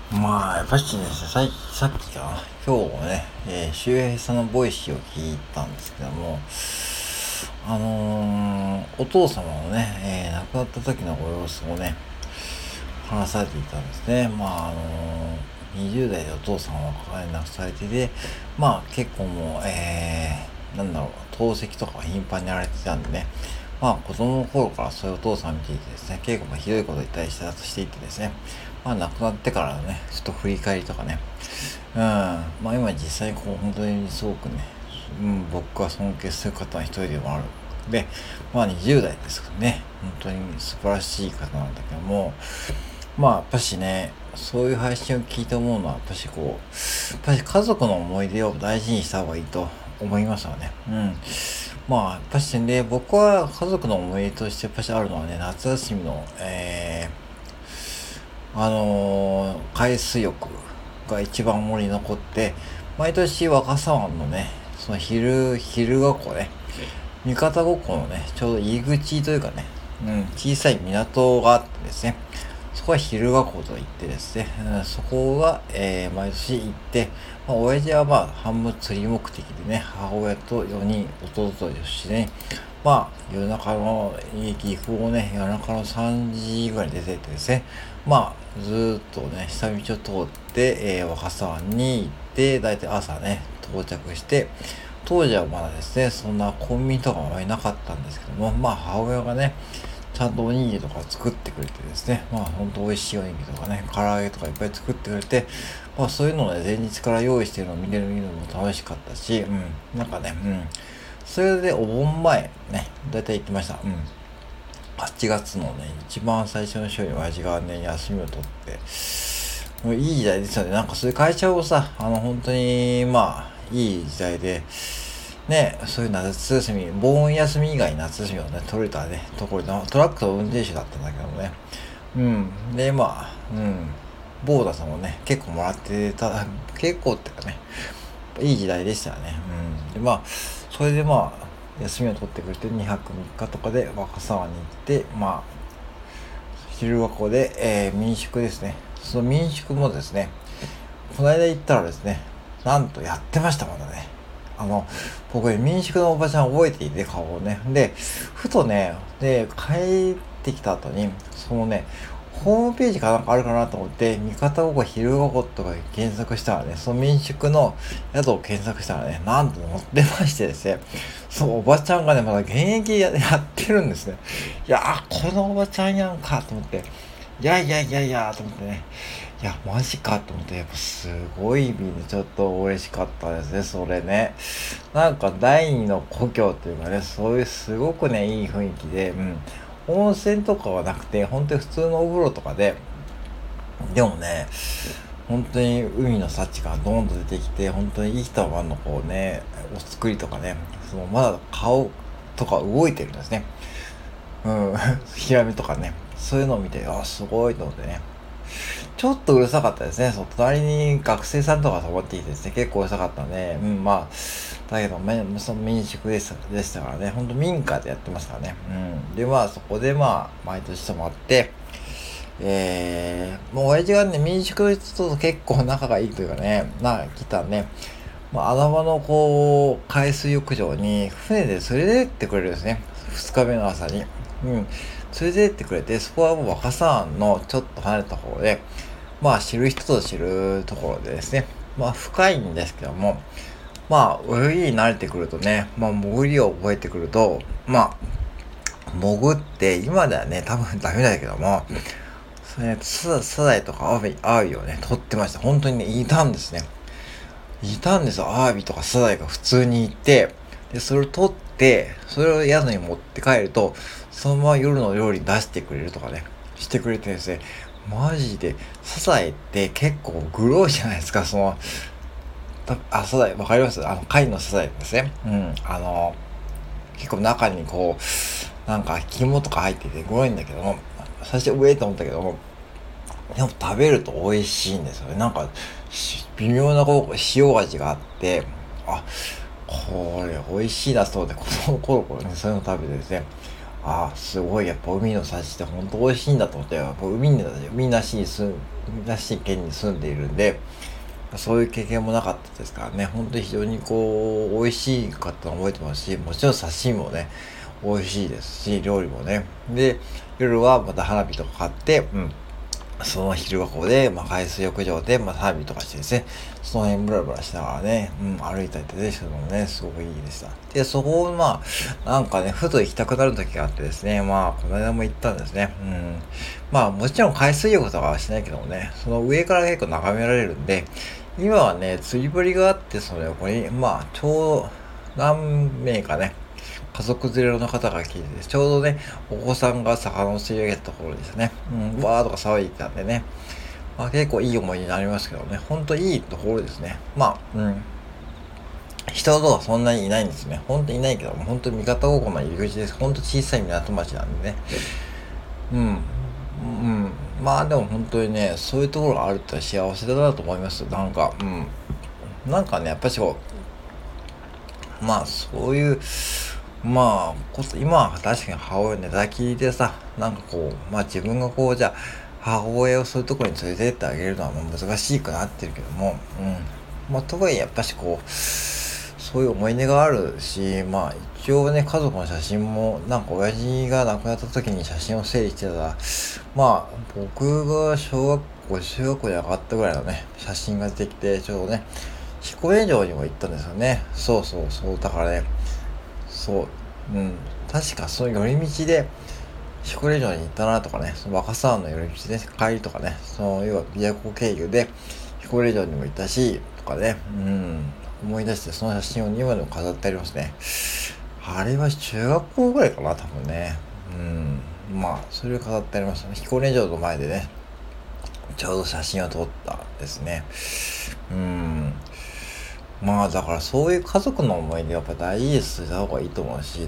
やっぱしですね、さっきかな、今日ね、周平さんのボイシーを聞いたんですけども、お父様のね、亡くなった時のご様子をね、話されていたんですね。20代でお父さんは亡くされてて、結構もう、透析とか頻繁にやられてたんでね、子供の頃からそういうお父さんを見ていてですね、結構ひどいことに対していてですね、亡くなってからのね、ちょっと振り返りとかね、今実際に本当にすごくね、僕は尊敬する方の一人でもある。で、20代ですけどね、本当に素晴らしい方なんだけども、やっぱしね、そういう配信を聞いて思うのは、やっぱし家族の思い出を大事にした方がいいと思いますよね。やっぱしね、僕は家族の思い出としてやっぱしあるのはね、夏休みの、海水浴が一番思いに残って、毎年若狭湾のね、その昼学校ね、三方五湖のね、ちょうど入り口というかね、小さい港があってですね、そこは昼学校と言ってですね、そこが、毎年行って、親父は半分釣り目的でね、母親と4人、弟と一緒にね、夜中の岐阜をね、夜中の3時ぐらいに出てってですね、ずーっとね、下道を通って、若狭湾に行って、だいたい朝ね、到着して、当時はまだですね、そんなコンビニとかもあまりなかったんですけども、母親がね、ちゃんとおにぎりとかを作ってくれてですね、ほんと美味しいおにぎりとかね、唐揚げとかいっぱい作ってくれて、そういうのをね、前日から用意してるのを見るのも楽しかったし、それでお盆前、ね、だいたい行ってました。8月のね、一番最初の週に親父がね、休みを取って、もういい時代ですよね。なんかそういう会社をさ、本当に、いい時代で、ね、そういう夏休み、盆休み以外に夏休みをね、取れたね、ところで、トラックと運転手だったんだけどもね。で、ボーダさんもね、結構もらってた、結構っていうかね、いい時代でしたよね。で、それで休みを取ってくれて2泊3日とかで若狭湾に行って、昼学校で、民宿ですね。その民宿もですね、この間行ったらですね、なんとやってました、まだね。僕ね、民宿のおばちゃん覚えていて、顔をね。で、ふとね、帰ってきた後に、そのね、ホームページかなんかあるかなと思って、三方五湖昼ごことか検索したらね、その民宿の宿を検索したらね、なんと載ってましてですね、そう、おばちゃんがね、まだ現役やってるんですね。いやこのおばちゃんやんかと思って、と思ってね、いや、マジかと思って、やっぱすごい意味でちょっと嬉しかったですね、それね。なんか第二の故郷というかね、そういうすごくね、いい雰囲気で、温泉とかはなくて、本当に普通のお風呂とかで、でもね、本当に海の幸がドーンと出てきて、本当に生きたままのお作りとかね、まだ顔とか動いてるんですね。ヒラメとかね、そういうのを見て、すごいと思ってね。ちょっとうるさかったですね。隣に学生さんとか泊まっていてですね、結構うるさかったんで、だけど、その民宿でしたからね、ほんと民家でやってますからね。で、そこで毎年泊まって、もう親父がね、民宿の人と結構仲がいいというかね、来たね、穴場の海水浴場に船で連れてってくれるんですね。二日目の朝に。連れてってくれて、そこはもう若狭湾のちょっと離れた方で、知る人ぞ知るところでですね、深いんですけども、泳ぎに慣れてくるとね、潜りを覚えてくると、潜って、今ではね、多分ダメだけども、サザエとかアワビをね、取ってました。本当にね、いたんですね。いたんですよ。アワビとかサザエが普通にいて、で、それを取って、それを宿に持って帰ると、そのまま夜の料理に出してくれるとかね、してくれてですね、マジで、サザエって結構グロいじゃないですか、サザエ、わかります？貝のサザエですね。結構中になんか肝とか入っててグロいんだけども、最初上と思ったけども、でも食べると美味しいんですよね。なんか、微妙な塩味があって、これ美味しいなと思って、子供の頃ね、そういうの食べてですね、 すごい、やっぱ海の幸って本当美味しいんだと思って、やっぱ海なし県に住んでいるんで、そういう経験もなかったですからね、本当に非常に美味しかったの覚えてますし、もちろん刺身もね、美味しいですし、料理もね。で、夜はまた花火とか買って、その昼はで、海水浴場で、花火とかしてですね、その辺ブラブラしながらね、歩いたりとかするのもね、すごくいいでした。で、そこをなんかね、ふと行きたくなる時があってですね、この間も行ったんですね。もちろん海水浴とかはしないけどもね、その上から結構眺められるんで、今はね、釣り堀があって、その横に、ちょうど何名かね、家族連れの方が聞いてて、ちょうどね、お子さんが魚を釣り上げたところですね。わーとか騒いでたんでね。結構いい思いになりますけどね。ほんといいところですね。人とはそんなにいないんですね。ほんといないけども、ほんと三方五湖の入り口です。ほんと小さい港町なんでね。うん。でも本当にね、そういうところがあるって幸せだなと思います。なんかね、やっぱしそういう、今は確かに母親寝たきりでさ、自分がじゃあ、母親をそういうところに連れてってあげるのは難しくなってるけども、とはいえやっぱしそういう思い出があるし、一応ね、家族の写真も、親父が亡くなった時に写真を整理してたら、僕が中学校に上がったぐらいのね、写真が出てきて、ちょうどね、彦根城にも行ったんですよね。そうそうそう。だからね、そう、確かその寄り道で、彦根城に行ったなとかね、その若狭湾の寄り道で帰りとかね、要は琵琶湖経由で彦根城にも行ったし、とかね、思い出してその写真を今でも飾ってありますね。あれは中学校ぐらいかな、多分ね。それを飾ってありましたね。彦根城の前でね、ちょうど写真を撮ったですね。だからそういう家族の思い出やっぱ大事にした方がいいと思うし、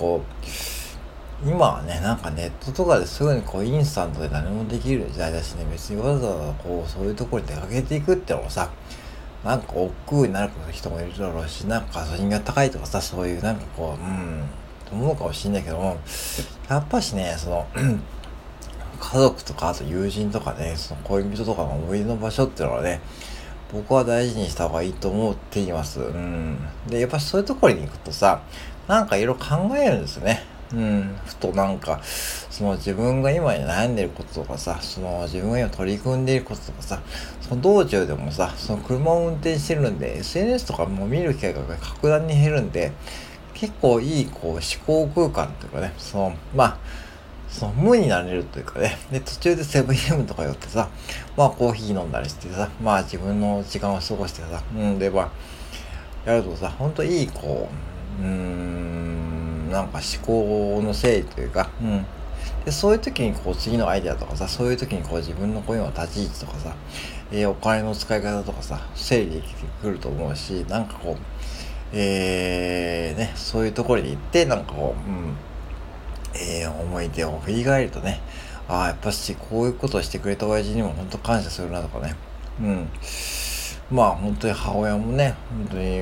今はね、ネットとかですぐにインスタントで何もできる時代だしね、別にわざわざそういうところに出かけていくってのもさ、億劫になる人もいるだろうし、ガソリンが高いとかさ、そういうと思うかもしんないけども、やっぱしね、家族とか、あと友人とかね、その恋人とかの思い出の場所っていうのはね、僕は大事にした方がいいと思っています。で、やっぱそういうところに行くとさ、いろいろ考えるんですよね。ふと自分が今悩んでることとかさ、自分が今取り組んでいることとかさ、その道中でもさ、その車を運転してるんで、SNS とかも見る機会が格段に減るんで、結構いい思考空間というかね、無になれるというかね。で、途中でセブンイレブンとか寄ってさ、コーヒー飲んだりしてさ、自分の時間を過ごしてさ、やるとさ、ほんといい、思考の整理というか、で、そういう時に次のアイデアとかさ、そういう時に自分の今の立ち位置とかさ、お金の使い方とかさ、整理できてくると思うし、そういうところに行って、思い出を振り返るとね、やっぱしこういうことをしてくれた親父にも本当感謝するなとかね。本当に母親もね、本当に、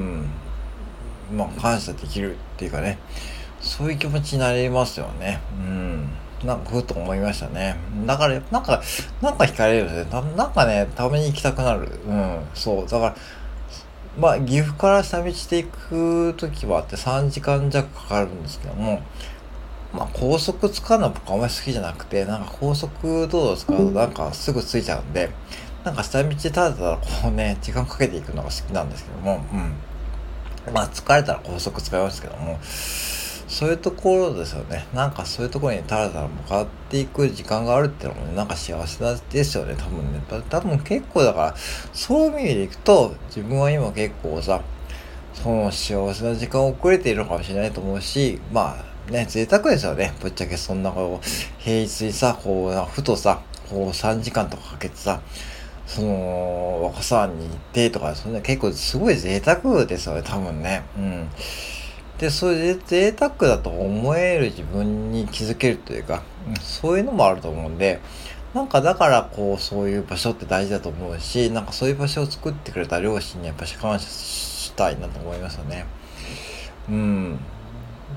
感謝できるっていうかね、そういう気持ちになれますよね。ふっと思いましたね。だから、惹かれるよね。ために行きたくなる。そう。だから、岐阜から下道で行くときはあって3時間弱かかるんですけども、高速使うのは僕あんまり好きじゃなくて、高速道路使うとすぐ着いちゃうんで、下道でただただ時間かけていくのが好きなんですけども、疲れたら高速使いますけども、そういうところですよね。そういうところにただただ向かっていく時間があるっていうのもね、幸せですよね、多分ね。多分結構だから、そういう意味でいくと、自分は今結構さ、その幸せな時間を遅れているのかもしれないと思うし、贅沢ですよね。ぶっちゃけそんな平日にさ、ふとさ、3時間とかかけてさ、若狭湾に行ってとか、そんな結構すごい贅沢ですよね、多分ね。で、それで贅沢だと思える自分に気づけるというか、そういうのもあると思うんで、だからそういう場所って大事だと思うし、そういう場所を作ってくれた両親にやっぱし感謝したいなと思いますよね。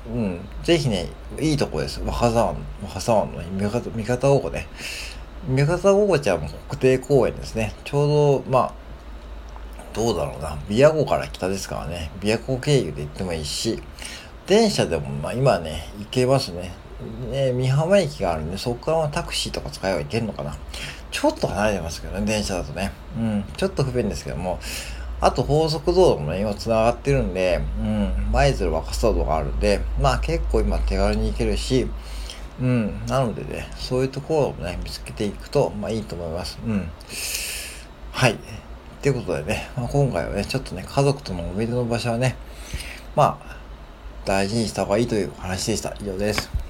ぜひね、いいとこです。若狭湾の三方五湖ね。三方五湖ちゃんも国定公園ですね。ちょうど、どうだろうな。琵琶湖から北ですからね。琵琶湖経由で行ってもいいし、電車でも、今ね、行けますね。美浜駅があるんで、そこからタクシーとか使えば行けるのかな。ちょっと離れてますけどね、電車だとね。ちょっと不便ですけども。あと高速道路もね、今繋がってるんで、舞鶴若狭道があるんで、結構今手軽に行けるし、なのでね、そういうところをね、見つけていくと、いいと思います。はい。ということでね、今回はね、ちょっとね、家族との思い出の場所はね、大事にした方がいいという話でした。以上です。